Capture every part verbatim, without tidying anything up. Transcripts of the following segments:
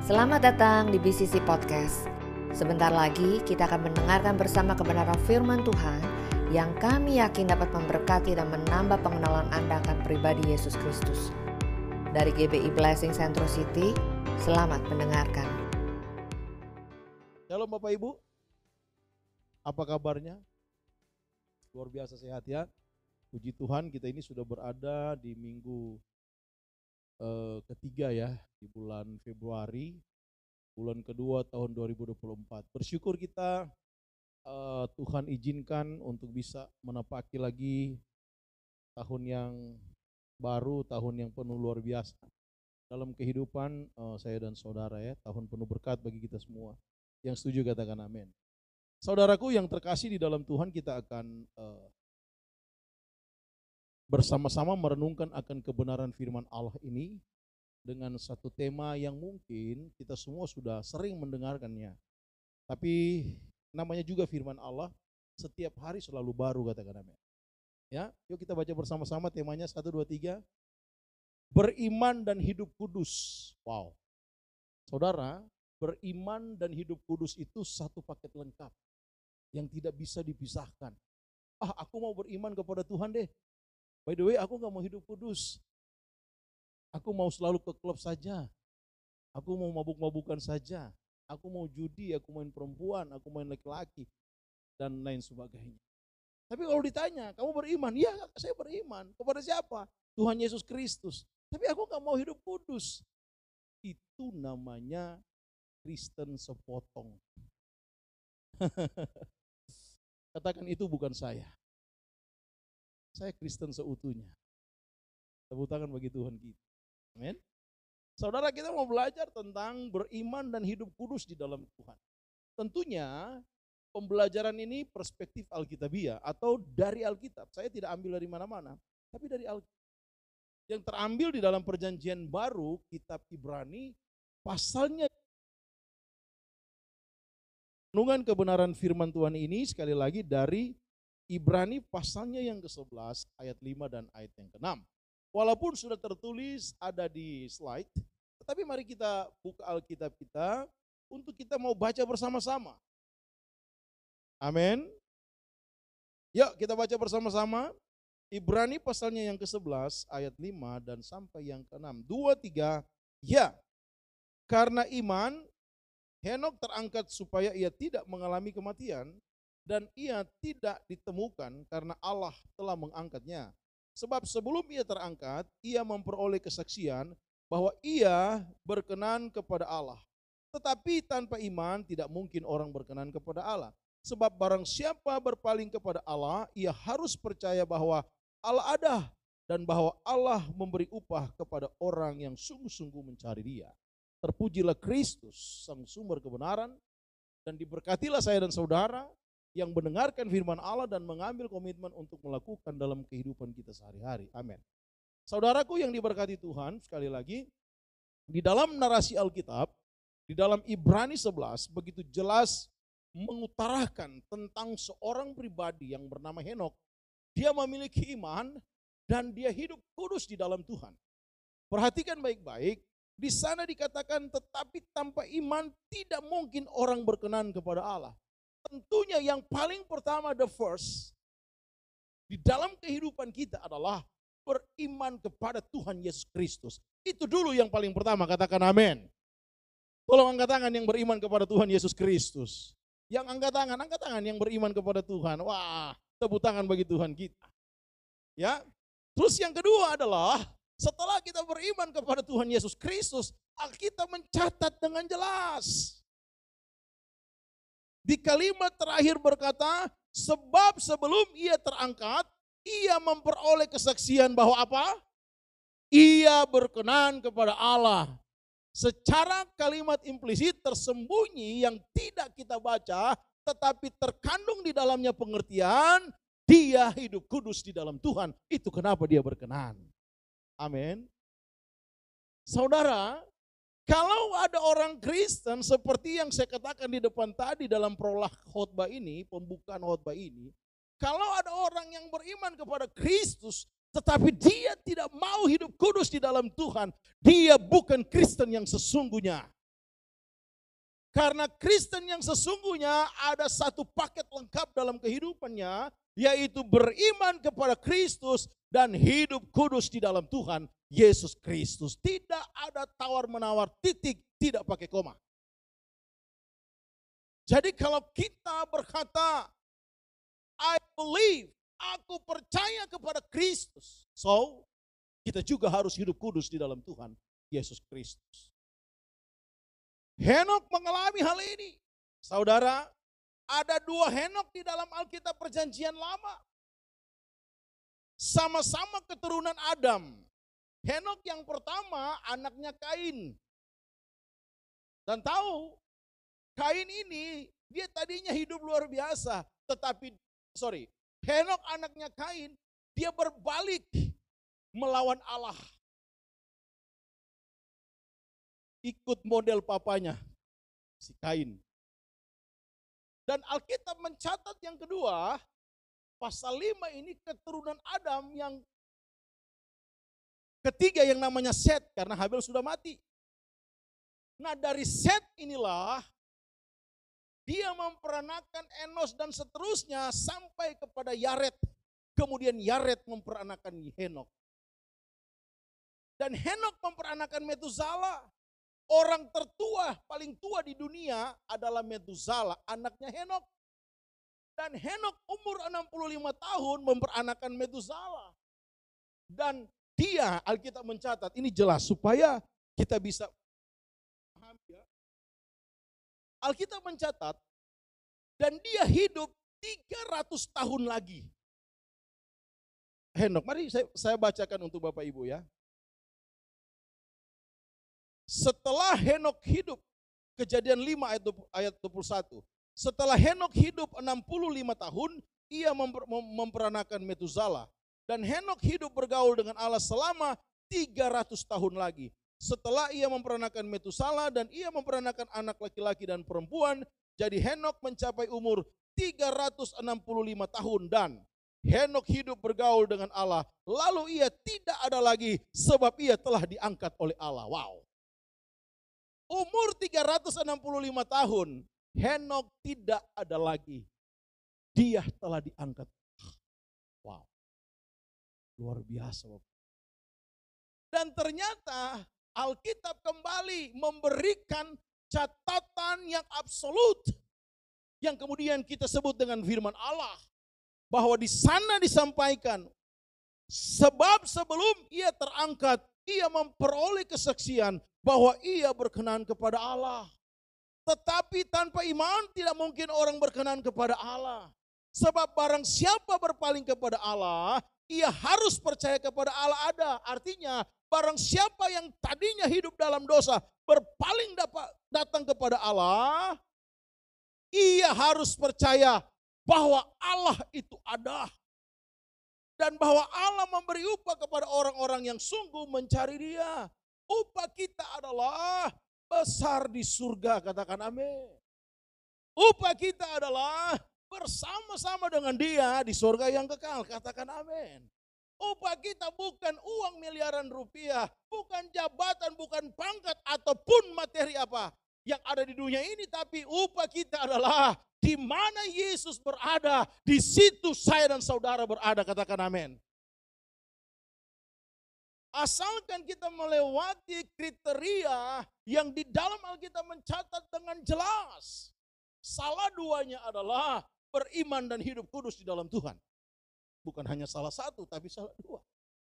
Selamat datang di B C C Podcast. Sebentar lagi kita akan mendengarkan bersama kebenaran firman Tuhan yang kami yakin dapat memberkati dan menambah pengenalan Anda akan pribadi Yesus Kristus. Dari G B I Blessing Central City, selamat mendengarkan. Shalom Bapak Ibu, apa kabarnya? Luar biasa sehat ya. Puji Tuhan, kita ini sudah berada di minggu eh, ketiga ya, di bulan Februari, bulan kedua tahun dua ribu dua puluh empat. Bersyukur kita eh, Tuhan izinkan untuk bisa menapaki lagi tahun yang baru, tahun yang penuh luar biasa dalam kehidupan eh, saya dan saudara ya, tahun penuh berkat bagi kita semua. Yang setuju katakan amin. Saudaraku yang terkasih di dalam Tuhan, kita akan uh, bersama-sama merenungkan akan kebenaran firman Allah ini dengan satu tema yang mungkin kita semua sudah sering mendengarkannya. Tapi namanya juga firman Allah, setiap hari selalu baru, katakan amin. Ya, yuk kita baca bersama-sama temanya satu, dua, tiga. Beriman dan hidup kudus. Wow. Saudara, beriman dan hidup kudus itu satu paket lengkap yang tidak bisa dipisahkan. Ah, aku mau beriman kepada Tuhan deh. By the way, aku gak mau hidup kudus. Aku mau selalu ke klub saja. Aku mau mabuk-mabukan saja. Aku mau judi, aku main perempuan, aku main laki-laki, dan lain sebagainya. Tapi kalau ditanya, kamu beriman? Ya, saya beriman. Kepada siapa? Tuhan Yesus Kristus. Tapi aku gak mau hidup kudus. Itu namanya Kristen sepotong. Katakan, itu bukan saya. Saya Kristen seutuhnya. Tepuk tangan bagi Tuhan kita. Amin. Saudara, kita mau belajar tentang beriman dan hidup kudus di dalam Tuhan. Tentunya pembelajaran ini perspektif Alkitabiah atau dari Alkitab. Saya tidak ambil dari mana-mana, tapi dari Alkitab. Yang terambil di dalam perjanjian baru, kitab Ibrani, pasalnya. Renungan kebenaran firman Tuhan ini sekali lagi dari Ibrani pasalnya yang ke sebelas ayat lima dan ayat yang ke enam. Walaupun sudah tertulis ada di slide, tetapi mari kita buka Alkitab kita untuk kita mau baca bersama-sama. Amin. Yuk kita baca bersama-sama. Ibrani pasalnya yang ke sebelas ayat lima dan sampai yang ke enam. Dua, tiga, ya. Karena iman Henok terangkat supaya ia tidak mengalami kematian, dan ia tidak ditemukan karena Allah telah mengangkatnya. Sebab sebelum ia terangkat, ia memperoleh kesaksian bahwa ia berkenan kepada Allah. Tetapi tanpa iman tidak mungkin orang berkenan kepada Allah. Sebab barang siapa berpaling kepada Allah, ia harus percaya bahwa Allah ada dan bahwa Allah memberi upah kepada orang yang sungguh-sungguh mencari Dia. Terpujilah Kristus, sang sumber kebenaran, dan diberkatilah saya dan saudara yang mendengarkan firman Allah dan mengambil komitmen untuk melakukan dalam kehidupan kita sehari-hari. Amin. Saudaraku yang diberkati Tuhan, sekali lagi, di dalam narasi Alkitab, di dalam Ibrani sebelas, begitu jelas mengutarakan tentang seorang pribadi yang bernama Henok. Dia memiliki iman dan dia hidup kudus di dalam Tuhan. Perhatikan baik-baik. Di sana dikatakan tetapi tanpa iman tidak mungkin orang berkenan kepada Allah. Tentunya yang paling pertama, the first, di dalam kehidupan kita adalah beriman kepada Tuhan Yesus Kristus. Itu dulu yang paling pertama, katakan amin. Tolong angkat tangan yang beriman kepada Tuhan Yesus Kristus. Yang angkat tangan, angkat tangan yang beriman kepada Tuhan. Wah, tepuk tangan bagi Tuhan kita. Ya. Terus yang kedua adalah setelah kita beriman kepada Tuhan Yesus Kristus, Alkitab mencatat dengan jelas. Di kalimat terakhir berkata, sebab sebelum ia terangkat, ia memperoleh kesaksian bahwa apa? Ia berkenan kepada Allah. Secara kalimat implisit tersembunyi yang tidak kita baca, tetapi terkandung di dalamnya pengertian, dia hidup kudus di dalam Tuhan. Itu kenapa dia berkenan. Amin. Saudara, kalau ada orang Kristen seperti yang saya katakan di depan tadi dalam prolog khotbah ini, pembukaan khotbah ini, kalau ada orang yang beriman kepada Kristus, tetapi dia tidak mau hidup kudus di dalam Tuhan, dia bukan Kristen yang sesungguhnya. Karena Kristen yang sesungguhnya ada satu paket lengkap dalam kehidupannya, yaitu beriman kepada Kristus dan hidup kudus di dalam Tuhan Yesus Kristus. Tidak ada tawar-menawar, titik, tidak pakai koma. Jadi kalau kita berkata, I believe, aku percaya kepada Kristus. So, kita juga harus hidup kudus di dalam Tuhan Yesus Kristus. Henok mengalami hal ini. Saudara, ada dua Henok di dalam Alkitab Perjanjian Lama. Sama-sama keturunan Adam. Henok yang pertama anaknya Kain. Dan tahu, Kain ini dia tadinya hidup luar biasa. Tetapi, sorry, Henok anaknya Kain, dia berbalik melawan Allah. Ikut model papanya, si Kain. Dan Alkitab mencatat yang kedua, pasal lima ini keturunan Adam yang ketiga yang namanya Set, karena Habel sudah mati. Nah dari Set inilah, dia memperanakan Enos dan seterusnya sampai kepada Yared. Kemudian Yared memperanakan Henok. Dan Henok memperanakan Metuzala. Orang tertua, paling tua di dunia adalah Metuzala, anaknya Henok. Dan Henok umur enam puluh lima tahun memperanakan Metuzala. Dan dia, Alkitab mencatat, ini jelas supaya kita bisa paham ya. Alkitab mencatat, dan dia hidup tiga ratus tahun lagi. Henok, mari saya, saya bacakan untuk Bapak Ibu ya. Setelah Henok hidup, Kejadian lima ayat dua puluh satu. Setelah Henok hidup enam puluh lima tahun, ia memper, memperanakan Metuzala. Dan Henok hidup bergaul dengan Allah selama tiga ratus tahun lagi. Setelah ia memperanakan Metuzala dan ia memperanakan anak laki-laki dan perempuan, jadi Henok mencapai umur tiga ratus enam puluh lima tahun dan Henok hidup bergaul dengan Allah. Lalu ia tidak ada lagi sebab ia telah diangkat oleh Allah. Wow. Umur tiga ratus enam puluh lima tahun, Henok tidak ada lagi. Dia telah diangkat. Wow. Luar biasa. Dan ternyata Alkitab kembali memberikan catatan yang absolut yang kemudian kita sebut dengan firman Allah, bahwa di sana disampaikan sebab sebelum ia terangkat ia memperoleh kesaksian bahwa ia berkenan kepada Allah. Tetapi tanpa iman tidak mungkin orang berkenan kepada Allah. Sebab barang siapa berpaling kepada Allah, ia harus percaya kepada Allah ada. Artinya barang siapa yang tadinya hidup dalam dosa berpaling dapat datang kepada Allah, ia harus percaya bahwa Allah itu ada. Dan bahwa Allah memberi upah kepada orang-orang yang sungguh mencari Dia. Upah kita adalah besar di surga, katakan amin. Upah kita adalah bersama-sama dengan Dia di surga yang kekal, katakan amin. Upah kita bukan uang miliaran rupiah, bukan jabatan, bukan pangkat, ataupun materi apa yang ada di dunia ini. Tapi upah kita adalah di mana Yesus berada, di situ saya dan saudara berada, katakan amin. Asalkan kita melewati kriteria yang di dalam Alkitab mencatat dengan jelas. Salah duanya adalah beriman dan hidup kudus di dalam Tuhan. Bukan hanya salah satu, tapi salah dua.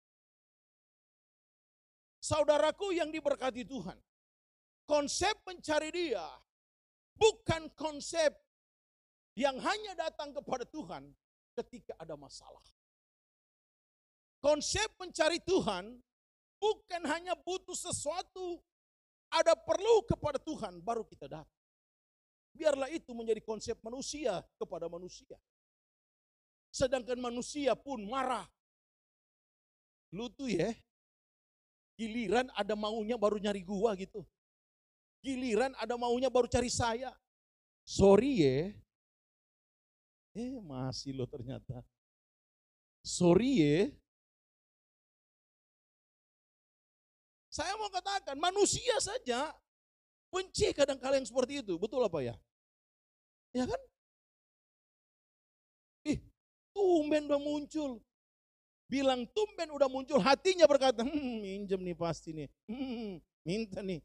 Saudaraku yang diberkati Tuhan, konsep mencari Dia bukan konsep yang hanya datang kepada Tuhan ketika ada masalah. Konsep mencari Tuhan bukan hanya butuh sesuatu, ada perlu kepada Tuhan baru kita datang. Biarlah itu menjadi konsep manusia kepada manusia. Sedangkan manusia pun marah. Lutu ya. Giliran ada maunya baru nyari gua gitu. Giliran ada maunya baru cari saya. Sorry ya. Eh masih lo ternyata. Sorry ya. Saya mau katakan manusia saja Benci kadang-kala yang seperti itu, betul apa ya? Ya kan? Ih, tumben udah muncul. Bilang tumben udah muncul, hatinya berkata, hmm, minjem nih pasti nih, hmm, minta nih.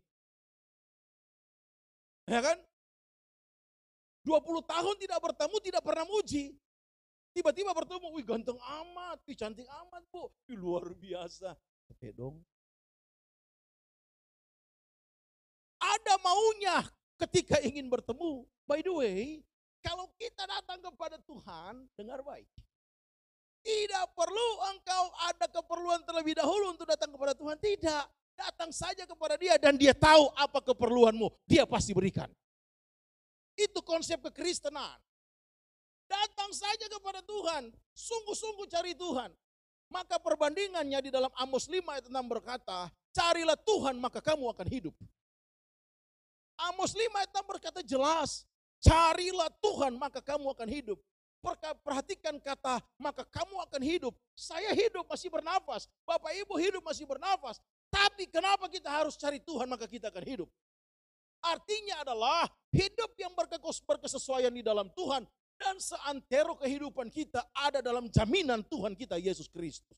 Ya kan? dua puluh tahun tidak bertemu, tidak pernah muji. Tiba-tiba bertemu, wih ganteng amat, wih cantik amat bu, wih luar biasa. Oke dong. Ada maunya ketika ingin bertemu. By the way, kalau kita datang kepada Tuhan, dengar baik. Tidak perlu engkau ada keperluan terlebih dahulu untuk datang kepada Tuhan. Tidak. Datang saja kepada Dia dan Dia tahu apa keperluanmu. Dia pasti berikan. Itu konsep kekristenan. Datang saja kepada Tuhan. Sungguh-sungguh cari Tuhan. Maka perbandingannya di dalam Amos lima ayat enam berkata, carilah Tuhan maka kamu akan hidup. Amos lima ayat enam berkata jelas, carilah Tuhan maka kamu akan hidup. Perhatikan kata maka kamu akan hidup. Saya hidup masih bernafas, Bapak Ibu hidup masih bernafas. Tapi kenapa kita harus cari Tuhan maka kita akan hidup? Artinya adalah hidup yang berkesesuaian di dalam Tuhan dan seantero kehidupan kita ada dalam jaminan Tuhan kita Yesus Kristus.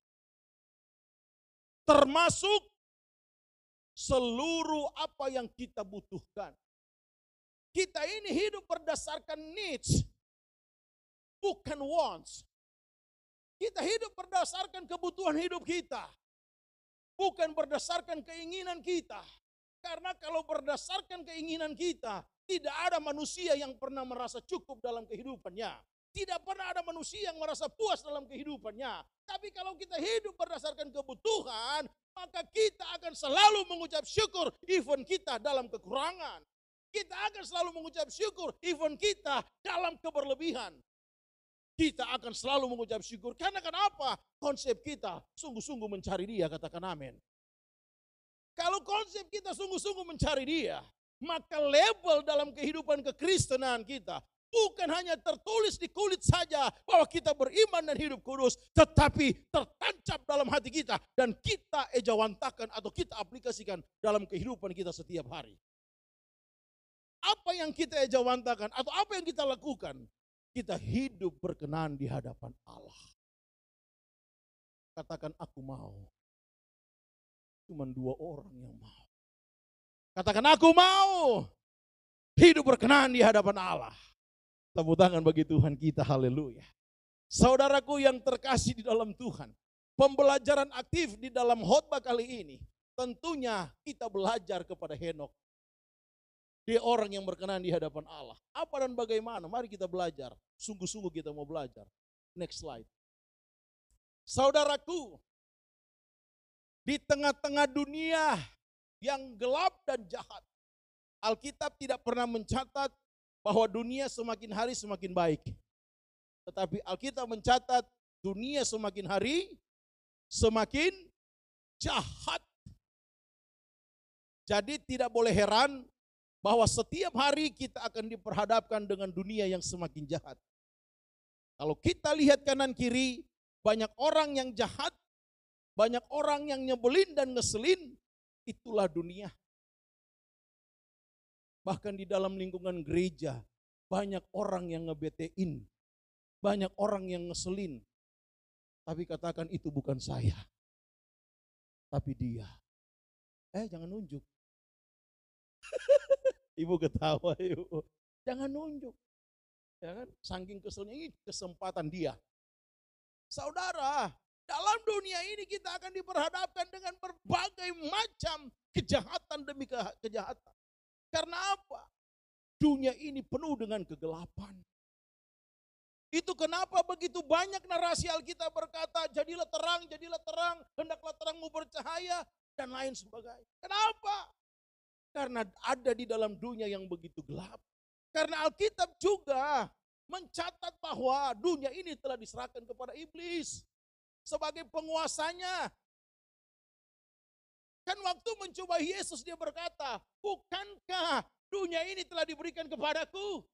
Termasuk seluruh apa yang kita butuhkan. Kita ini hidup berdasarkan needs, bukan wants. Kita hidup berdasarkan kebutuhan hidup kita, bukan berdasarkan keinginan kita. Karena kalau berdasarkan keinginan kita, tidak ada manusia yang pernah merasa cukup dalam kehidupannya. Tidak pernah ada manusia yang merasa puas dalam kehidupannya. Tapi kalau kita hidup berdasarkan kebutuhan, maka kita akan selalu mengucap syukur even kita dalam kekurangan. Kita akan selalu mengucap syukur even kita dalam keberlebihan. Kita akan selalu mengucap syukur. Karena kenapa? Konsep kita sungguh-sungguh mencari Dia, katakan amin. Kalau konsep kita sungguh-sungguh mencari Dia, maka label dalam kehidupan kekristenan kita bukan hanya tertulis di kulit saja bahwa kita beriman dan hidup kudus, tetapi tertancap dalam hati kita dan kita ejawantakan atau kita aplikasikan dalam kehidupan kita setiap hari. Apa yang kita ejawantakan atau apa yang kita lakukan, kita hidup berkenan di hadapan Allah. Katakan aku mau. Cuman dua orang yang mau. Katakan aku mau hidup berkenan di hadapan Allah. Tepuk tangan bagi Tuhan kita, haleluya. Saudaraku yang terkasih di dalam Tuhan, pembelajaran aktif di dalam khotbah kali ini, tentunya kita belajar kepada Henokh. Dia orang yang berkenan di hadapan Allah. Apa dan bagaimana? Mari kita belajar. Sungguh-sungguh kita mau belajar. Next slide. Saudaraku, di tengah-tengah dunia yang gelap dan jahat, Alkitab tidak pernah mencatat bahwa dunia semakin hari semakin baik. Tetapi Alkitab mencatat dunia semakin hari semakin jahat. Jadi tidak boleh heran bahwa setiap hari kita akan diperhadapkan dengan dunia yang semakin jahat. Kalau kita lihat kanan kiri, banyak orang yang jahat, banyak orang yang nyebelin dan ngeselin, itulah dunia. Bahkan di dalam lingkungan gereja, banyak orang yang ngebetein, banyak orang yang ngeselin. Tapi katakan itu bukan saya, tapi dia. Eh jangan nunjuk. Ibu ketawa ibu. Jangan nunjuk. Ya kan? Saking keselnya ini kesempatan dia. Saudara, dalam dunia ini kita akan diperhadapkan dengan berbagai macam kejahatan demi kejahatan. Karena apa? Dunia ini penuh dengan kegelapan. Itu kenapa begitu banyak narasi Alkitab berkata, jadilah terang, jadilah terang, hendaklah terangmu bercahaya, dan lain sebagainya. Kenapa? Karena ada di dalam dunia yang begitu gelap. Karena Alkitab juga mencatat bahwa dunia ini telah diserahkan kepada iblis sebagai penguasanya. Kan waktu mencoba Yesus dia berkata, bukankah dunia ini telah diberikan kepadaku?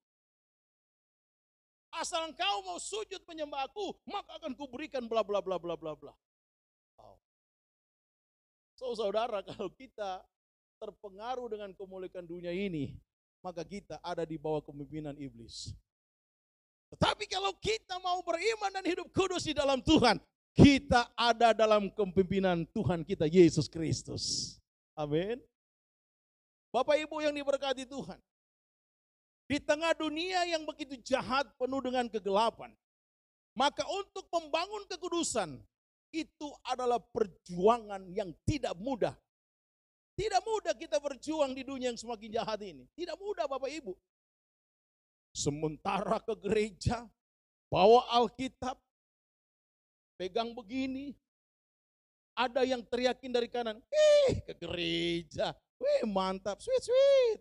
Asal engkau mau sujud menyembah aku, maka akan kuberikan bla bla bla bla bla bla. Oh. So saudara, kalau kita terpengaruh dengan kemuliaan dunia ini, maka kita ada di bawah kepemimpinan iblis. Tetapi kalau kita mau beriman dan hidup kudus di dalam Tuhan, kita ada dalam kepemimpinan Tuhan kita Yesus Kristus. Amin. Bapak Ibu yang diberkati Tuhan, di tengah dunia yang begitu jahat penuh dengan kegelapan, maka untuk membangun kekudusan itu adalah perjuangan yang tidak mudah. Tidak mudah kita berjuang di dunia yang semakin jahat ini. Tidak mudah Bapak Ibu. Sementara ke gereja, bawa Alkitab, pegang begini, ada yang teriakin dari kanan, ih ke gereja, wih mantap, sweet sweet.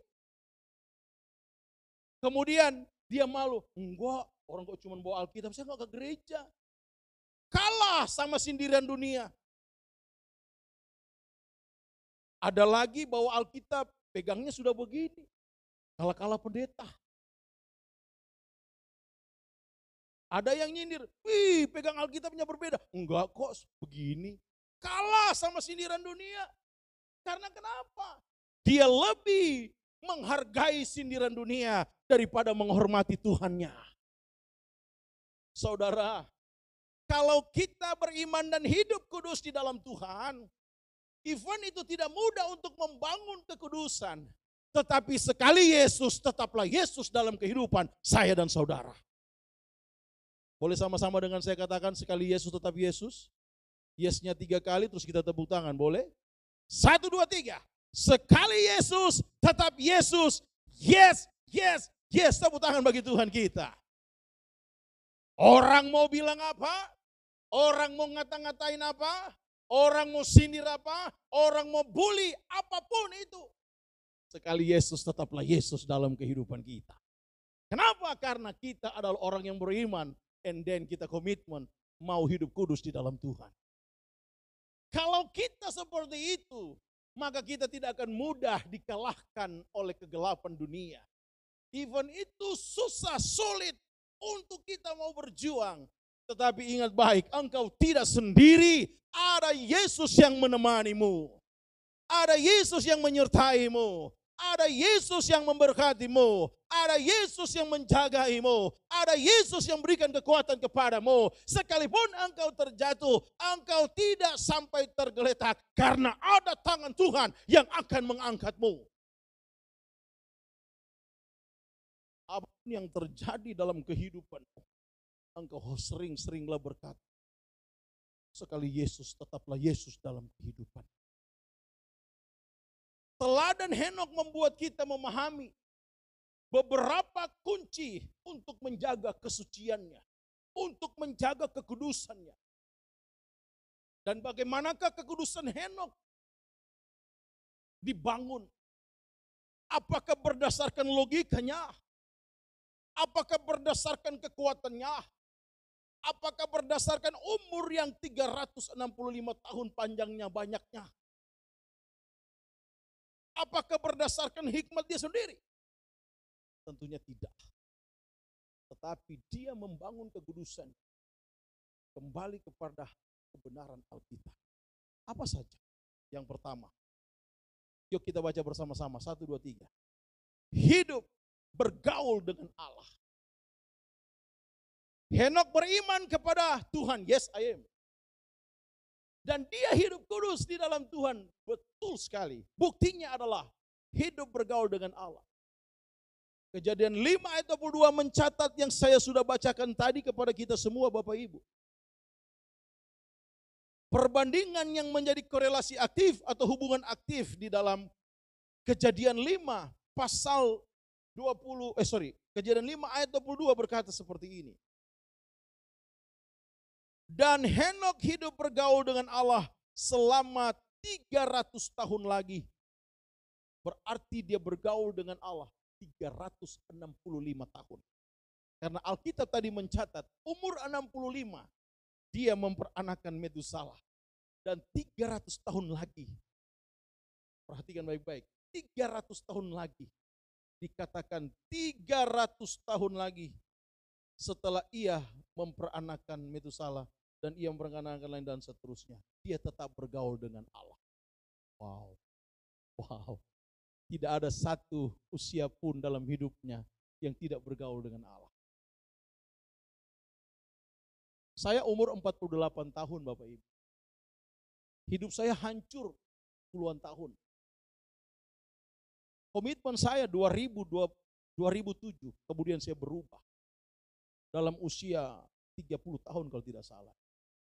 Kemudian dia malu, enggak, orang kok cuma bawa Alkitab, saya enggak ke gereja. Kalah sama sindiran dunia. Ada lagi bawa Alkitab, pegangnya sudah begini, kalah-kalah pendeta. Ada yang nyindir, wih pegang Alkitabnya berbeda. Enggak kok begini. Kalah sama sindiran dunia. Karena kenapa? Dia lebih menghargai sindiran dunia daripada menghormati Tuhannya. Saudara, kalau kita beriman dan hidup kudus di dalam Tuhan, even itu tidak mudah untuk membangun kekudusan. Tetapi sekali Yesus, tetaplah Yesus dalam kehidupan saya dan saudara. Boleh sama-sama dengan saya katakan sekali Yesus tetap Yesus? Yesnya tiga kali terus kita tepuk tangan, boleh? Satu, dua, tiga. Sekali Yesus tetap Yesus. Yes, yes, yes. Tepuk tangan bagi Tuhan kita. Orang mau bilang apa? Orang mau ngata-ngatain apa? Orang mau sindir apa? Orang mau bully, apapun itu. Sekali Yesus tetaplah Yesus dalam kehidupan kita. Kenapa? Karena kita adalah orang yang beriman. And then kita komitmen mau hidup kudus di dalam Tuhan. Kalau kita seperti itu, maka kita tidak akan mudah dikalahkan oleh kegelapan dunia. Even itu susah, sulit untuk kita mau berjuang. Tetapi ingat baik, engkau tidak sendiri. Ada Yesus yang menemanimu. Ada Yesus yang menyertaimu. Ada Yesus yang memberkatimu. Ada Yesus yang menjagaimu. Ada Yesus yang berikan kekuatan kepadamu. Sekalipun engkau terjatuh, engkau tidak sampai tergeletak. Karena ada tangan Tuhan yang akan mengangkatmu. Apapun yang terjadi dalam kehidupanmu, engkau sering-seringlah berkata, sekali Yesus tetaplah Yesus dalam kehidupan. Teladan Henok membuat kita memahami beberapa kunci untuk menjaga kesuciannya, untuk menjaga kekudusannya. Dan bagaimanakah kekudusan Henok dibangun? Apakah berdasarkan logikanya? Apakah berdasarkan kekuatannya? Apakah berdasarkan umur yang tiga ratus enam puluh lima tahun panjangnya banyaknya? Apakah berdasarkan hikmat dia sendiri? Tentunya tidak. Tetapi dia membangun kekudusan kembali kepada kebenaran Alkitab. Apa saja? Yang pertama, yuk kita baca bersama-sama. Satu, dua, tiga. Hidup bergaul dengan Allah. Henok beriman kepada Tuhan. Yes, I am. Dan dia hidup kudus di dalam Tuhan. Betul sekali. Buktinya adalah hidup bergaul dengan Allah. Kejadian lima ayat dua puluh dua mencatat yang saya sudah bacakan tadi kepada kita semua Bapak Ibu. Perbandingan yang menjadi korelasi aktif atau hubungan aktif di dalam Kejadian lima pasal dua puluh, eh sorry, Kejadian lima ayat dua puluh dua berkata seperti ini. Dan Henok hidup bergaul dengan Allah selama tiga ratus tahun lagi. Berarti dia bergaul dengan Allah tiga ratus enam puluh lima tahun. Karena Alkitab tadi mencatat umur enam puluh lima dia memperanakan Metusalah. Dan tiga ratus tahun lagi, perhatikan baik-baik, tiga ratus tahun lagi, dikatakan tiga ratus tahun lagi setelah ia memperanakan Metusalah dan ia memperanakan lain dan seterusnya, dia tetap bergaul dengan Allah. Wow, wow, Tidak ada satu usia pun dalam hidupnya yang tidak bergaul dengan Allah. Saya umur empat puluh delapan tahun Bapak Ibu. Hidup saya hancur puluhan tahun. Komitmen saya dua ribu tujuh, kemudian saya berubah. Dalam usia tiga puluh tahun kalau tidak salah.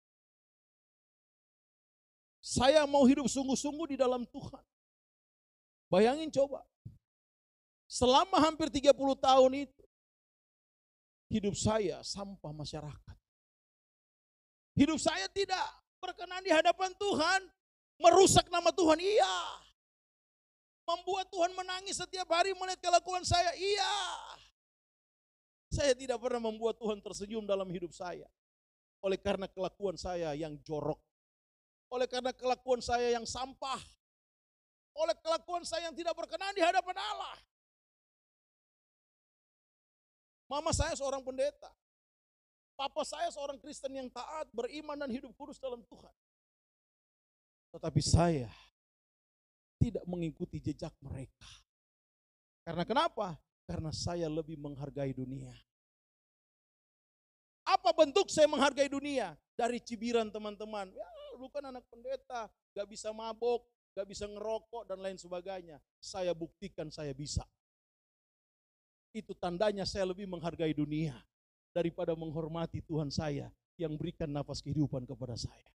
Saya mau hidup sungguh-sungguh di dalam Tuhan. Bayangin coba. Selama hampir tiga puluh tahun itu, hidup saya sampah masyarakat. Hidup saya tidak berkenan di hadapan Tuhan. Merusak nama Tuhan, iya. Membuat Tuhan menangis setiap hari melihat kelakuan saya, iya. Saya tidak pernah membuat Tuhan tersenyum dalam hidup saya. Oleh karena kelakuan saya yang jorok. Oleh karena kelakuan saya yang sampah. Oleh kelakuan saya yang tidak berkenan di hadapan Allah. Mama saya seorang pendeta. Papa saya seorang Kristen yang taat, beriman dan hidup kudus dalam Tuhan. Tetapi saya tidak mengikuti jejak mereka. Karena kenapa? Karena saya lebih menghargai dunia. Apa bentuk saya menghargai dunia? Dari cibiran teman-teman. Ya, lu kan anak pendeta, gak bisa mabok, gak bisa ngerokok dan lain sebagainya. Saya buktikan saya bisa. Itu tandanya saya lebih menghargai dunia daripada menghormati Tuhan saya yang berikan nafas kehidupan kepada saya.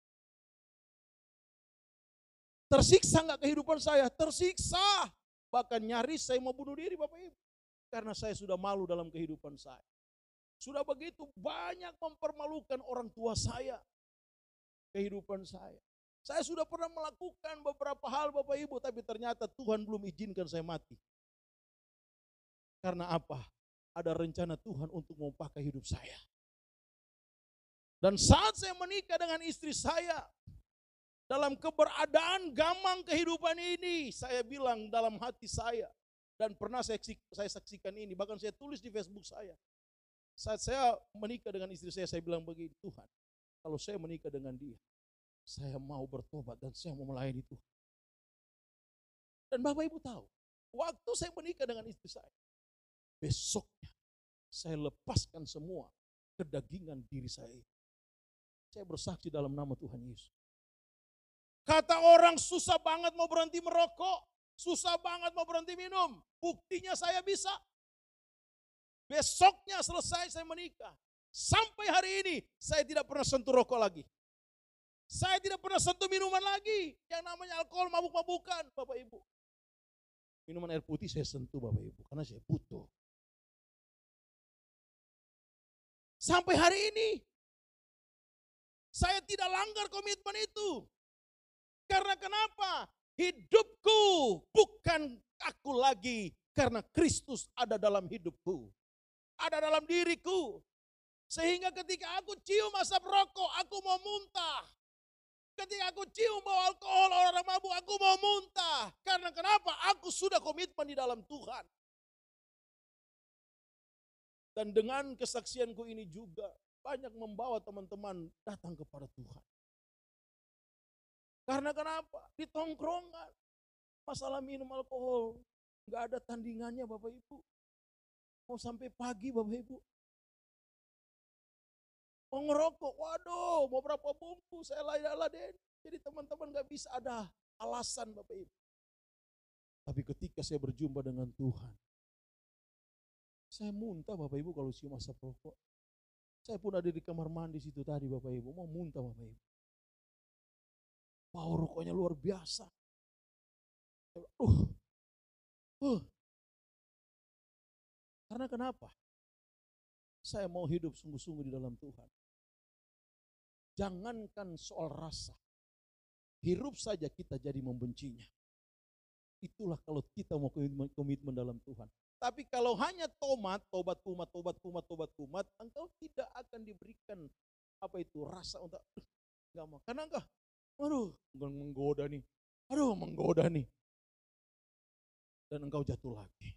Tersiksa enggak kehidupan saya? Tersiksa. Bahkan nyaris saya mau bunuh diri Bapak Ibu. Karena saya sudah malu dalam kehidupan saya. Sudah begitu banyak mempermalukan orang tua saya. Kehidupan saya. Saya sudah pernah melakukan beberapa hal Bapak Ibu. Tapi ternyata Tuhan belum izinkan saya mati. Karena apa? Ada rencana Tuhan untuk memakai hidup saya. Dan saat saya menikah dengan istri saya, dalam keberadaan gamang kehidupan ini, saya bilang dalam hati saya, dan pernah saya, saya saksikan ini, bahkan saya tulis di Facebook saya. Saat saya menikah dengan istri saya, saya bilang begini, Tuhan, kalau saya menikah dengan dia, saya mau bertobat dan saya mau melayani Tuhan. Dan Bapak Ibu tahu, waktu saya menikah dengan istri saya, besoknya saya lepaskan semua kedagingan diri saya. Saya bersaksi dalam nama Tuhan Yesus. Kata orang susah banget mau berhenti merokok, susah banget mau berhenti minum. Buktinya saya bisa. Besoknya selesai saya menikah. Sampai hari ini saya tidak pernah sentuh rokok lagi. Saya tidak pernah sentuh minuman lagi. Yang namanya alkohol, mabuk-mabukan Bapak Ibu. Minuman air putih saya sentuh Bapak Ibu karena saya butuh. Sampai hari ini, saya tidak langgar komitmen itu. Karena kenapa? Hidupku bukan aku lagi. Karena Kristus ada dalam hidupku. Ada dalam diriku. Sehingga ketika aku cium asap rokok, aku mau muntah. Ketika aku cium bau alkohol orang mabuk, aku mau muntah. Karena kenapa? Aku sudah komitmen di dalam Tuhan. Dan dengan kesaksianku ini juga banyak membawa teman-teman datang kepada Tuhan. Karena kenapa? Di tongkrongan. Masalah minum alkohol. Gak ada tandingannya Bapak Ibu. Mau sampai pagi Bapak Ibu. Mau ngerokok. Waduh mau berapa bungkus. Saya laden. Jadi teman-teman gak bisa ada alasan Bapak Ibu. Tapi ketika saya berjumpa dengan Tuhan. Saya muntah Bapak Ibu kalau cium asap rokok. Saya pun ada di kamar mandi situ tadi Bapak Ibu. Mau muntah Bapak Ibu. Bau rokoknya luar biasa. Uh, uh. Karena kenapa? Saya mau hidup sungguh-sungguh di dalam Tuhan. Jangankan soal rasa. Hirup saja kita jadi membencinya. Itulah kalau kita mau komitmen dalam Tuhan. Tapi kalau hanya tomat, tobat kumat, tobat kumat, tobat kumat, engkau tidak akan diberikan apa itu rasa untuk enggak mau. Karena enggak, aduh, menggoda nih. Aduh, menggoda nih. Dan engkau jatuh lagi.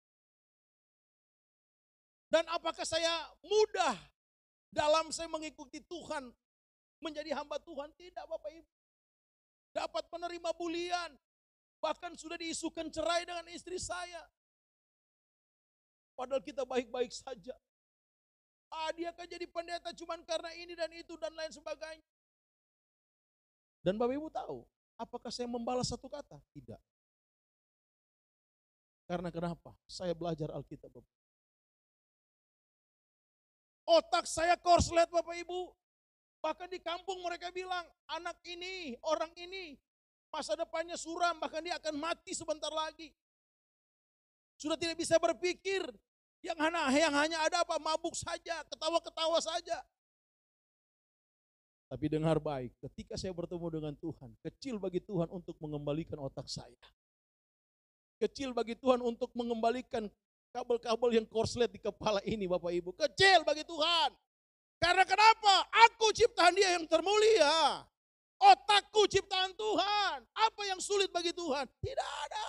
Dan apakah saya mudah dalam saya mengikuti Tuhan, menjadi hamba Tuhan? Tidak Bapak Ibu. Dapat menerima bulian. Bahkan sudah diisukan cerai dengan istri saya. Padahal kita baik-baik saja. Ah, dia kan jadi pendeta cuman karena ini dan itu dan lain sebagainya. Dan Bapak Ibu tahu, apakah saya membalas satu kata? Tidak. Karena kenapa? Saya belajar Alkitab. Otak saya korslet Bapak Ibu. Bahkan di kampung mereka bilang, anak ini, orang ini, masa depannya suram, bahkan dia akan mati sebentar lagi. Sudah tidak bisa berpikir, yang hanya, yang hanya ada apa? Mabuk saja, ketawa-ketawa saja. Tapi dengar baik, ketika saya bertemu dengan Tuhan, kecil bagi Tuhan untuk mengembalikan otak saya. Kecil bagi Tuhan untuk mengembalikan kabel-kabel yang korslet di kepala ini Bapak Ibu. Kecil bagi Tuhan. Karena kenapa? Aku ciptaan Dia yang termulia. Otakku ciptaan Tuhan. Apa yang sulit bagi Tuhan? Tidak ada.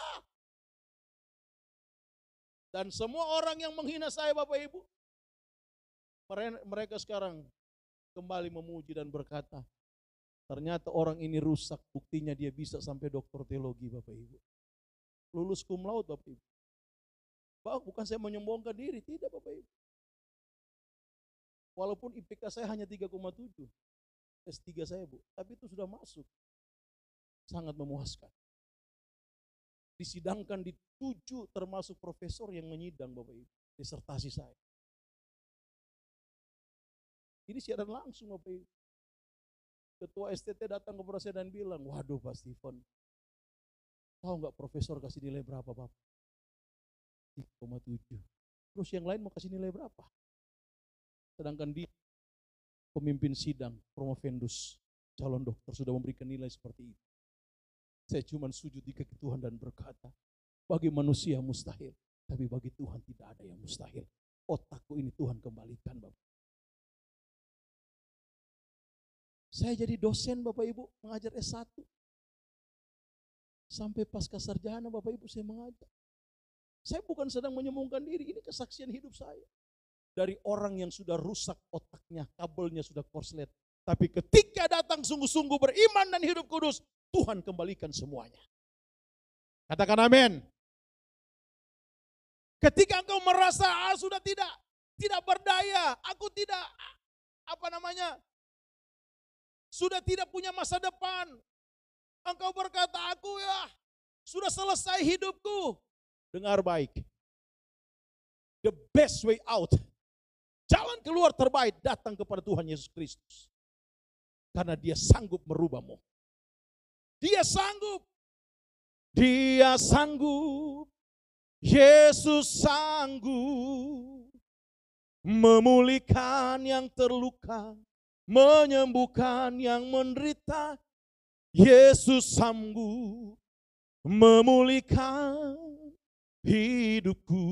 Dan semua orang yang menghina saya Bapak Ibu, mereka sekarang kembali memuji dan berkata, ternyata orang ini rusak, buktinya dia bisa sampai doktor teologi Bapak Ibu. Lulus cum laude Bapak Ibu. Bah, bukan saya menyombongkan diri, tidak Bapak Ibu. Walaupun I P K saya hanya tiga koma tujuh, S tiga saya Bu, tapi itu sudah masuk. Sangat memuaskan. Disidangkan di tujuh termasuk profesor yang menyidang Bapak Ibu, disertasi saya. Ini siaran langsung Bapak Ibu. Ketua S T T datang kepada saya dan bilang, waduh Pak Stephen, tahu nggak profesor kasih nilai berapa Bapak? tiga koma tujuh. Terus yang lain mau kasih nilai berapa? Sedangkan dia pemimpin sidang promovendus calon dokter sudah memberikan nilai seperti itu. Saya cuma sujud di kaki Tuhan dan berkata, bagi manusia mustahil, tapi bagi Tuhan tidak ada yang mustahil. Otakku ini Tuhan kembalikan Bapak. Saya jadi dosen Bapak Ibu, mengajar S satu. Sampai pasca sarjana Bapak Ibu saya mengajar. Saya bukan sedang menyombongkan diri, ini kesaksian hidup saya. Dari orang yang sudah rusak otaknya, kabelnya sudah korslet. Tapi ketika datang sungguh-sungguh beriman dan hidup kudus, Tuhan kembalikan semuanya. Katakan amin. Ketika engkau merasa ah, sudah tidak tidak berdaya, aku tidak apa namanya? Sudah tidak punya masa depan. Engkau berkata, aku ya sudah selesai hidupku. Dengar baik. The best way out. Jalan keluar terbaik datang kepada Tuhan Yesus Kristus. Karena Dia sanggup merubahmu. Dia sanggup. Dia sanggup. Yesus sanggup memulihkan yang terluka, menyembuhkan yang menderita. Yesus sanggup memulihkan hidupku.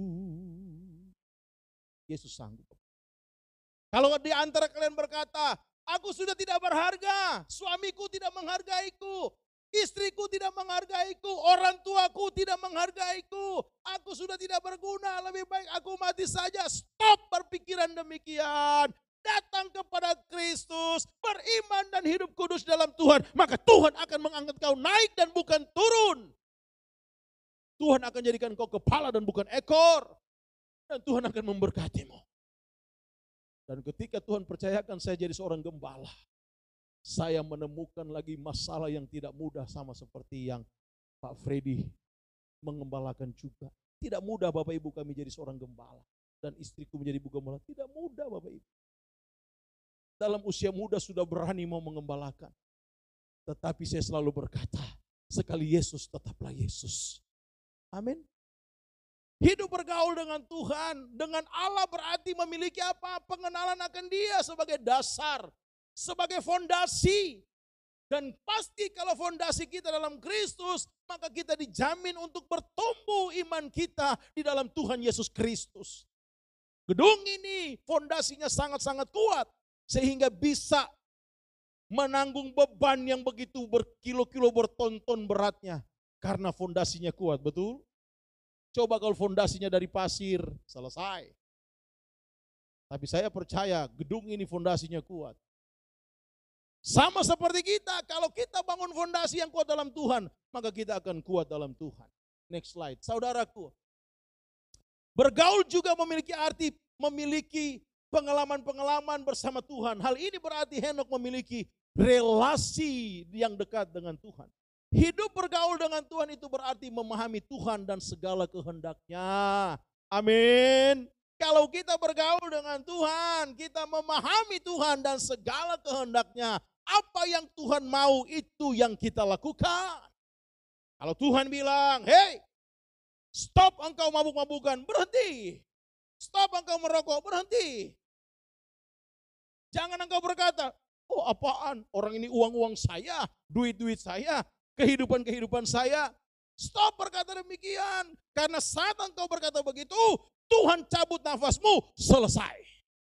Yesus sanggup. Kalau di antara kalian berkata, aku sudah tidak berharga, suamiku tidak menghargaiku, istriku tidak menghargaiku, orang tuaku tidak menghargaiku, aku sudah tidak berguna, lebih baik aku mati saja. Stop berpikiran demikian. Datang kepada Kristus, beriman dan hidup kudus dalam Tuhan, maka Tuhan akan mengangkat kau naik dan bukan turun. Tuhan akan jadikan kau kepala dan bukan ekor. Dan Tuhan akan memberkatimu. Dan ketika Tuhan percayakan saya jadi seorang gembala, saya menemukan lagi masalah yang tidak mudah sama seperti yang Pak Freddy mengembalakan juga. Tidak mudah Bapak Ibu kami jadi seorang gembala. Dan istriku menjadi ibu gembala. Tidak mudah Bapak Ibu. Dalam usia muda sudah berani mau mengembalakan. Tetapi saya selalu berkata, sekali Yesus tetaplah Yesus. Amin. Hidup bergaul dengan Tuhan, dengan Allah berarti memiliki apa? Pengenalan akan Dia sebagai dasar, sebagai fondasi. Dan pasti kalau fondasi kita dalam Kristus, maka kita dijamin untuk bertumbuh iman kita di dalam Tuhan Yesus Kristus. Gedung ini fondasinya sangat-sangat kuat, sehingga bisa menanggung beban yang begitu berkilo-kilo bertonton beratnya. Karena fondasinya kuat, betul? Coba kalau fondasinya dari pasir, selesai. Tapi saya percaya gedung ini fondasinya kuat. Sama seperti kita, kalau kita bangun fondasi yang kuat dalam Tuhan, maka kita akan kuat dalam Tuhan. Next slide. Saudaraku, bergaul juga memiliki arti memiliki pengalaman-pengalaman bersama Tuhan. Hal ini berarti Henok memiliki relasi yang dekat dengan Tuhan. Hidup bergaul dengan Tuhan itu berarti memahami Tuhan dan segala kehendaknya. Amin. Kalau kita bergaul dengan Tuhan, kita memahami Tuhan dan segala kehendaknya. Apa yang Tuhan mau itu yang kita lakukan. Kalau Tuhan bilang, hey, stop engkau mabuk-mabukan, berhenti. Stop engkau merokok, berhenti. Jangan engkau berkata, oh apaan, orang ini uang-uang saya, duit-duit saya, kehidupan-kehidupan saya. Stop berkata demikian. Karena saat engkau berkata begitu, Tuhan cabut nafasmu, selesai.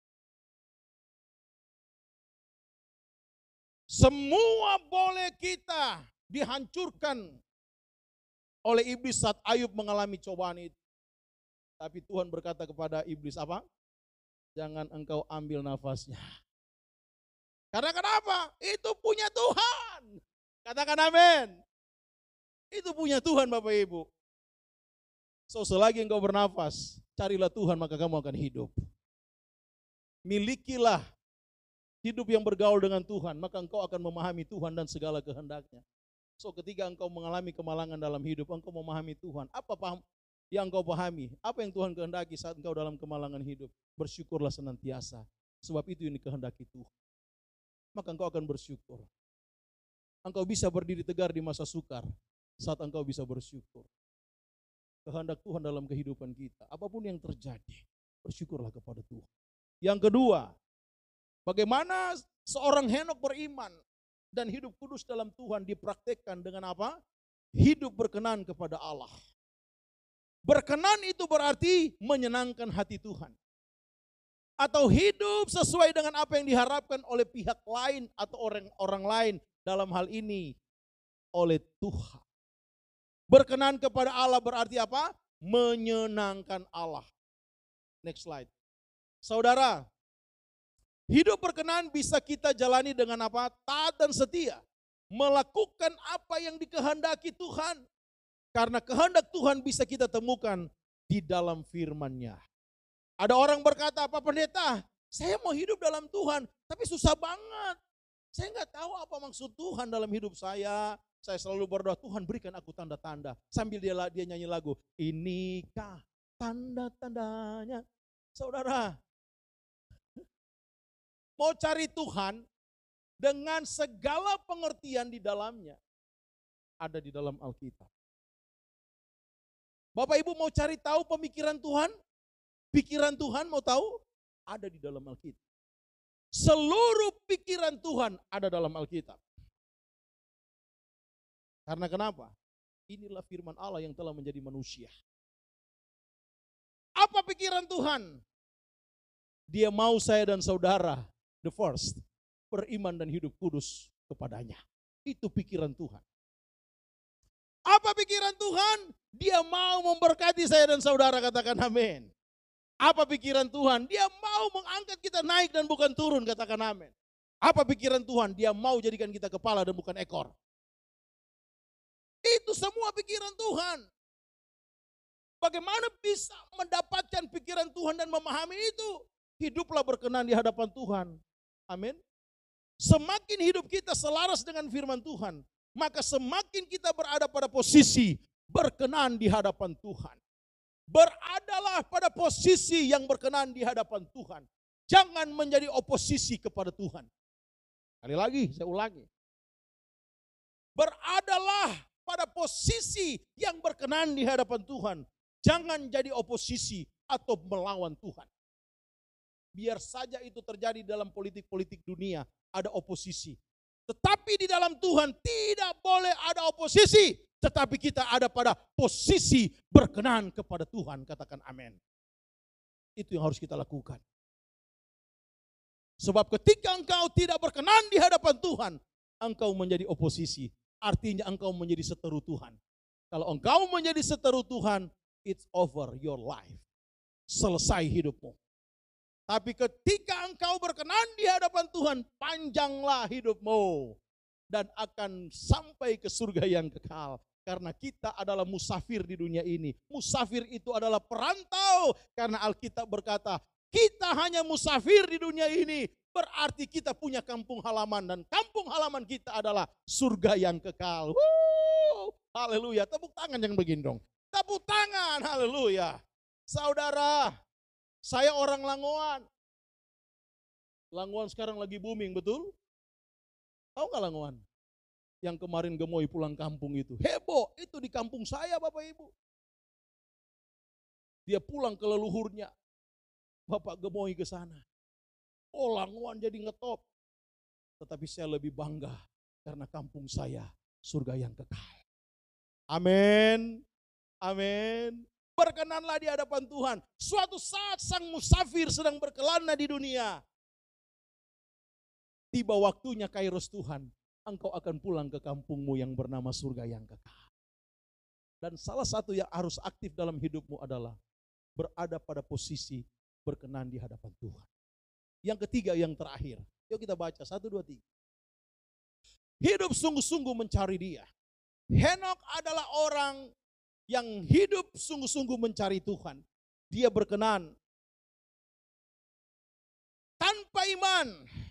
Semua boleh kita dihancurkan oleh iblis saat Ayub mengalami cobaan itu. Tapi Tuhan berkata kepada iblis apa? Jangan engkau ambil nafasnya. Karena kenapa? Itu punya Tuhan. Katakan amin. Itu punya Tuhan Bapak Ibu. So selagi engkau bernafas, carilah Tuhan maka kamu akan hidup. Milikilah hidup yang bergaul dengan Tuhan, maka engkau akan memahami Tuhan dan segala kehendaknya. So ketika engkau mengalami kemalangan dalam hidup, engkau memahami Tuhan. Apa paham yang engkau pahami? Apa yang Tuhan kehendaki saat engkau dalam kemalangan hidup? Bersyukurlah senantiasa, sebab itu yang dikehendaki Tuhan. Maka engkau akan bersyukur. Engkau bisa berdiri tegar di masa sukar saat engkau bisa bersyukur. Kehendak Tuhan dalam kehidupan kita, apapun yang terjadi, bersyukurlah kepada Tuhan. Yang kedua, bagaimana seorang Henok beriman dan hidup kudus dalam Tuhan dipraktekkan dengan apa? Hidup berkenan kepada Allah. Berkenan itu berarti menyenangkan hati Tuhan. Atau hidup sesuai dengan apa yang diharapkan oleh pihak lain atau orang-orang lain, dalam hal ini oleh Tuhan. Berkenan kepada Allah berarti apa? Menyenangkan Allah. Next slide. Saudara, hidup berkenan bisa kita jalani dengan apa? Taat dan setia. Melakukan apa yang dikehendaki Tuhan. Karena kehendak Tuhan bisa kita temukan di dalam firman-Nya. Ada orang berkata, Pak Pendeta, saya mau hidup dalam Tuhan, tapi susah banget. Saya nggak tahu apa maksud Tuhan dalam hidup saya. Saya selalu berdoa, Tuhan berikan aku tanda-tanda. Sambil dia dia nyanyi lagu, inikah tanda-tandanya. Saudara, mau cari Tuhan dengan segala pengertian di dalamnya. Ada di dalam Alkitab. Bapak Ibu mau cari tahu pemikiran Tuhan? Pikiran Tuhan mau tahu? Ada di dalam Alkitab. Seluruh pikiran Tuhan ada dalam Alkitab. Karena kenapa? Inilah firman Allah yang telah menjadi manusia. Apa pikiran Tuhan? Dia mau saya dan saudara, the first, beriman dan hidup kudus kepadanya. Itu pikiran Tuhan. Apa pikiran Tuhan? Dia mau memberkati saya dan saudara, katakan amin. Apa pikiran Tuhan? Dia mau mengangkat kita naik dan bukan turun, katakan amin. Apa pikiran Tuhan? Dia mau jadikan kita kepala dan bukan ekor. Itu semua pikiran Tuhan. Bagaimana bisa mendapatkan pikiran Tuhan dan memahami itu? Hiduplah berkenan di hadapan Tuhan. Amin. Semakin hidup kita selaras dengan firman Tuhan, maka semakin kita berada pada posisi berkenan di hadapan Tuhan. Beradalah pada posisi yang berkenan di hadapan Tuhan. Jangan menjadi oposisi kepada Tuhan. Kali lagi, saya ulangi. Beradalah pada posisi yang berkenan di hadapan Tuhan. Jangan jadi oposisi atau melawan Tuhan. Biar saja itu terjadi dalam politik-politik dunia, ada oposisi. Tetapi di dalam Tuhan tidak boleh ada oposisi. Tetapi kita ada pada posisi berkenan kepada Tuhan. Katakan amin. Itu yang harus kita lakukan. Sebab ketika engkau tidak berkenan di hadapan Tuhan, engkau menjadi oposisi. Artinya engkau menjadi seteru Tuhan. Kalau engkau menjadi seteru Tuhan, it's over your life. Selesai hidupmu. Tapi ketika engkau berkenan di hadapan Tuhan, panjanglah hidupmu dan akan sampai ke surga yang kekal. Karena kita adalah musafir di dunia ini. Musafir itu adalah perantau. Karena Alkitab berkata, kita hanya musafir di dunia ini. Berarti kita punya kampung halaman. Dan kampung halaman kita adalah surga yang kekal. Wuh, haleluya. Tepuk tangan yang begini dong. Tepuk tangan, haleluya. Saudara, saya orang Langoan. Langoan sekarang lagi booming, betul? Tahu nggak Langoan? Yang kemarin gemoy pulang kampung itu. Heboh, itu di kampung saya Bapak Ibu. Dia pulang ke leluhurnya. Bapak gemoy ke sana. Oh, Langoan jadi ngetop. Tetapi saya lebih bangga karena kampung saya surga yang kekal. Amin. Amin. Berkenanlah di hadapan Tuhan. Suatu saat sang musafir sedang berkelana di dunia. Tiba waktunya kairos Tuhan. Engkau akan pulang ke kampungmu yang bernama surga yang kekal. Dan salah satu yang harus aktif dalam hidupmu adalah berada pada posisi berkenan di hadapan Tuhan. Yang ketiga, yang terakhir. Yuk kita baca, satu, dua, tiga. Hidup sungguh-sungguh mencari Dia. Henok adalah orang yang hidup sungguh-sungguh mencari Tuhan. Dia berkenan. Tanpa iman,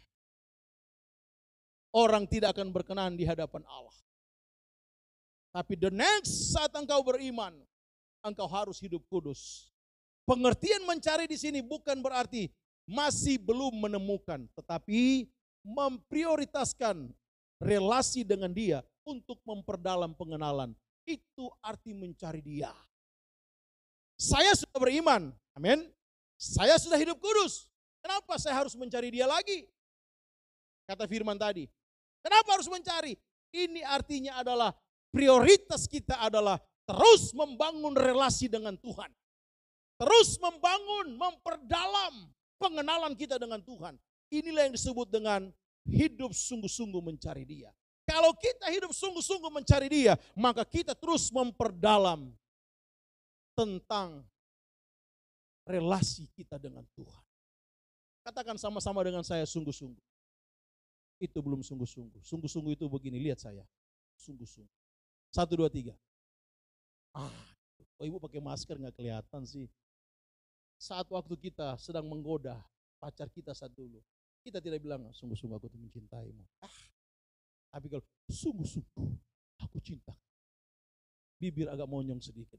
orang tidak akan berkenan di hadapan Allah. Tapi the next saat engkau beriman, engkau harus hidup kudus. Pengertian mencari di sini bukan berarti masih belum menemukan, tetapi memprioritaskan relasi dengan Dia untuk memperdalam pengenalan. Itu arti mencari Dia. Saya sudah beriman, amin. Saya sudah hidup kudus. Kenapa saya harus mencari Dia lagi? Kata firman tadi. Kenapa harus mencari? Ini artinya adalah prioritas kita adalah terus membangun relasi dengan Tuhan. Terus membangun, memperdalam pengenalan kita dengan Tuhan. Inilah yang disebut dengan hidup sungguh-sungguh mencari Dia. Kalau kita hidup sungguh-sungguh mencari Dia, maka kita terus memperdalam tentang relasi kita dengan Tuhan. Katakan sama-sama dengan saya, sungguh-sungguh. Itu belum sungguh-sungguh. Sungguh-sungguh itu begini, lihat saya. Sungguh-sungguh. Satu, dua, tiga. Ah, oh ibu pakai masker nggak kelihatan sih. Saat waktu kita sedang menggoda pacar kita saat dulu, kita tidak bilang, sungguh-sungguh aku tuh mencintaimu. Ah, tapi kalau sungguh-sungguh aku cinta. Bibir agak monyong sedikit.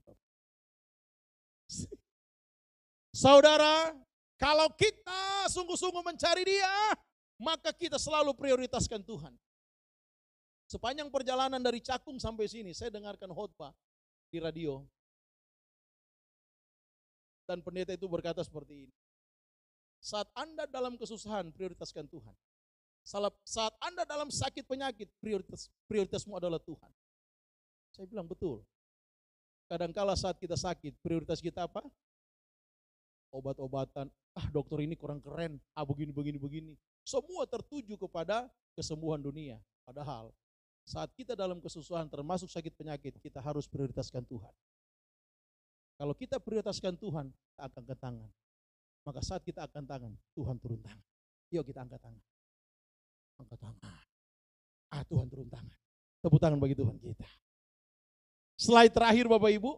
Saudara, kalau kita sungguh-sungguh mencari Dia, maka kita selalu prioritaskan Tuhan. Sepanjang perjalanan dari Cakung sampai sini, saya dengarkan khotbah di radio. Dan pendeta itu berkata seperti ini. Saat Anda dalam kesusahan, prioritaskan Tuhan. Saat Anda dalam sakit penyakit, prioritas prioritasmu adalah Tuhan. Saya bilang betul. Kadangkala saat kita sakit, prioritas kita apa? Obat-obatan, ah dokter ini kurang keren, ah begini, begini, begini. Semua tertuju kepada kesembuhan dunia. Padahal saat kita dalam kesusahan termasuk sakit penyakit, kita harus prioritaskan Tuhan. Kalau kita prioritaskan Tuhan, kita akan angkat tangan. Maka saat kita akan tangan, Tuhan turun tangan. Yuk kita angkat tangan. Angkat tangan. Ah Tuhan turun tangan. Tepuk tangan bagi Tuhan kita. Slide terakhir Bapak Ibu.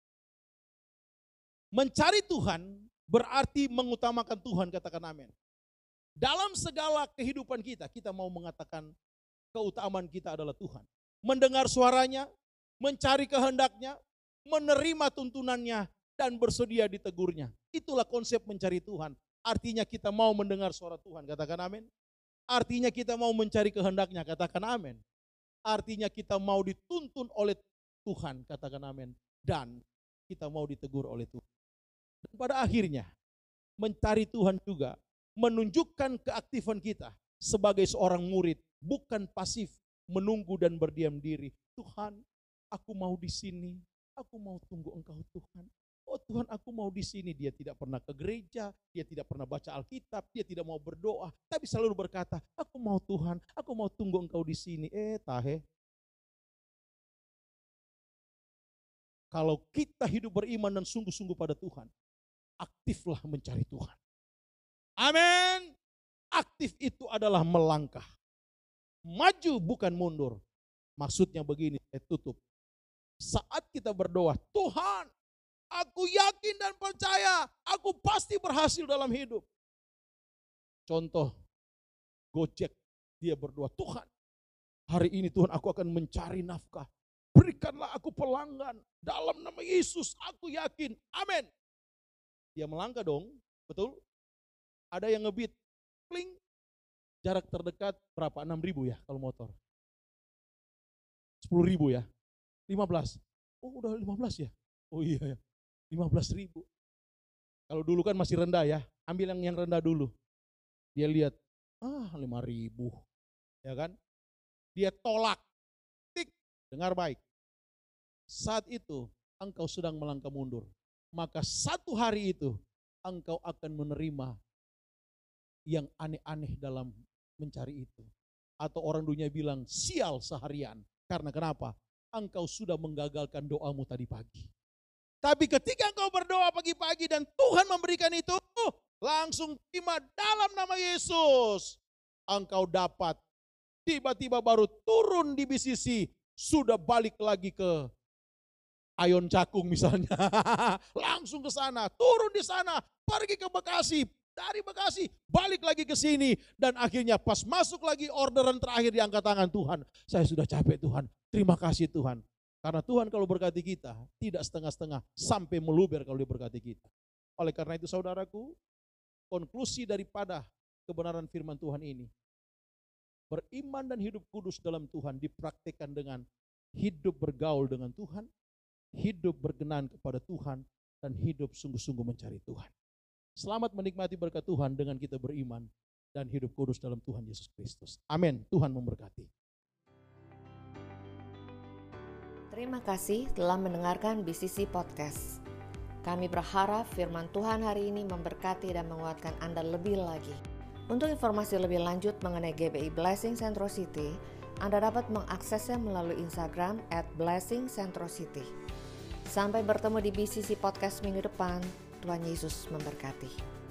Mencari Tuhan berarti mengutamakan Tuhan, katakan amin. Dalam segala kehidupan kita, kita mau mengatakan keutamaan kita adalah Tuhan. Mendengar suaranya, mencari kehendaknya, menerima tuntunannya, dan bersedia ditegurnya. Itulah konsep mencari Tuhan. Artinya kita mau mendengar suara Tuhan, katakan amin. Artinya kita mau mencari kehendaknya, katakan amin. Artinya kita mau dituntun oleh Tuhan, katakan amin. Dan kita mau ditegur oleh Tuhan. Dan pada akhirnya, mencari Tuhan juga menunjukkan keaktifan kita sebagai seorang murid, bukan pasif menunggu dan berdiam diri. Tuhan, aku mau di sini, aku mau tunggu Engkau Tuhan. Oh Tuhan, aku mau di sini. Dia tidak pernah ke gereja, dia tidak pernah baca Alkitab, dia tidak mau berdoa, tapi selalu berkata, aku mau Tuhan, aku mau tunggu Engkau di sini. Eh, tahe. Kalau kita hidup beriman dan sungguh-sungguh pada Tuhan, aktiflah mencari Tuhan. Amin. Aktif itu adalah melangkah. Maju bukan mundur. Maksudnya begini, saya tutup. Saat kita berdoa, Tuhan, aku yakin dan percaya, aku pasti berhasil dalam hidup. Contoh, Gojek, dia berdoa, Tuhan, hari ini Tuhan aku akan mencari nafkah. Berikanlah aku pelanggan. Dalam nama Yesus, aku yakin. Amin. Dia melangkah dong, betul? Ada yang ngebit, kling. Jarak terdekat berapa? enam ribu ya kalau motor. sepuluh ribu ya. lima belas. Oh udah lima belas ya? Oh iya ya. lima belas ribu. Kalau dulu kan masih rendah ya. Ambil yang yang rendah dulu. Dia lihat, ah lima ribu. Ya kan? Dia tolak. Tik, dengar baik. Saat itu engkau sedang melangkah mundur. Maka satu hari itu engkau akan menerima yang aneh-aneh dalam mencari itu. Atau orang dunia bilang sial seharian. Karena kenapa? Engkau sudah menggagalkan doamu tadi pagi. Tapi ketika engkau berdoa pagi-pagi dan Tuhan memberikan itu, langsung terima dalam nama Yesus. Engkau dapat tiba-tiba baru turun di B C C, sudah balik lagi ke Ayon Cakung misalnya. Langsung ke sana, turun di sana, pergi ke Bekasi. Dari Bekasi, balik lagi ke sini. Dan akhirnya pas masuk lagi orderan terakhir diangkat tangan, Tuhan, saya sudah capek Tuhan, terima kasih Tuhan. Karena Tuhan kalau berkati kita, tidak setengah-setengah, sampai meluber kalau dia berkati kita. Oleh karena itu saudaraku, konklusi daripada kebenaran firman Tuhan ini, beriman dan hidup kudus dalam Tuhan dipraktikkan dengan hidup bergaul dengan Tuhan, hidup berkenan kepada Tuhan, dan hidup sungguh-sungguh mencari Tuhan. Selamat menikmati berkat Tuhan dengan kita beriman dan hidup kudus dalam Tuhan Yesus Kristus. Amin. Tuhan memberkati. Terima kasih telah mendengarkan B C C Podcast. Kami berharap firman Tuhan hari ini memberkati dan menguatkan Anda lebih lagi. Untuk informasi lebih lanjut mengenai G B I Blessing Centro City, Anda dapat mengaksesnya melalui Instagram at blessing centro city. Sampai bertemu di B C C Podcast minggu depan. Tuhan Yesus memberkati.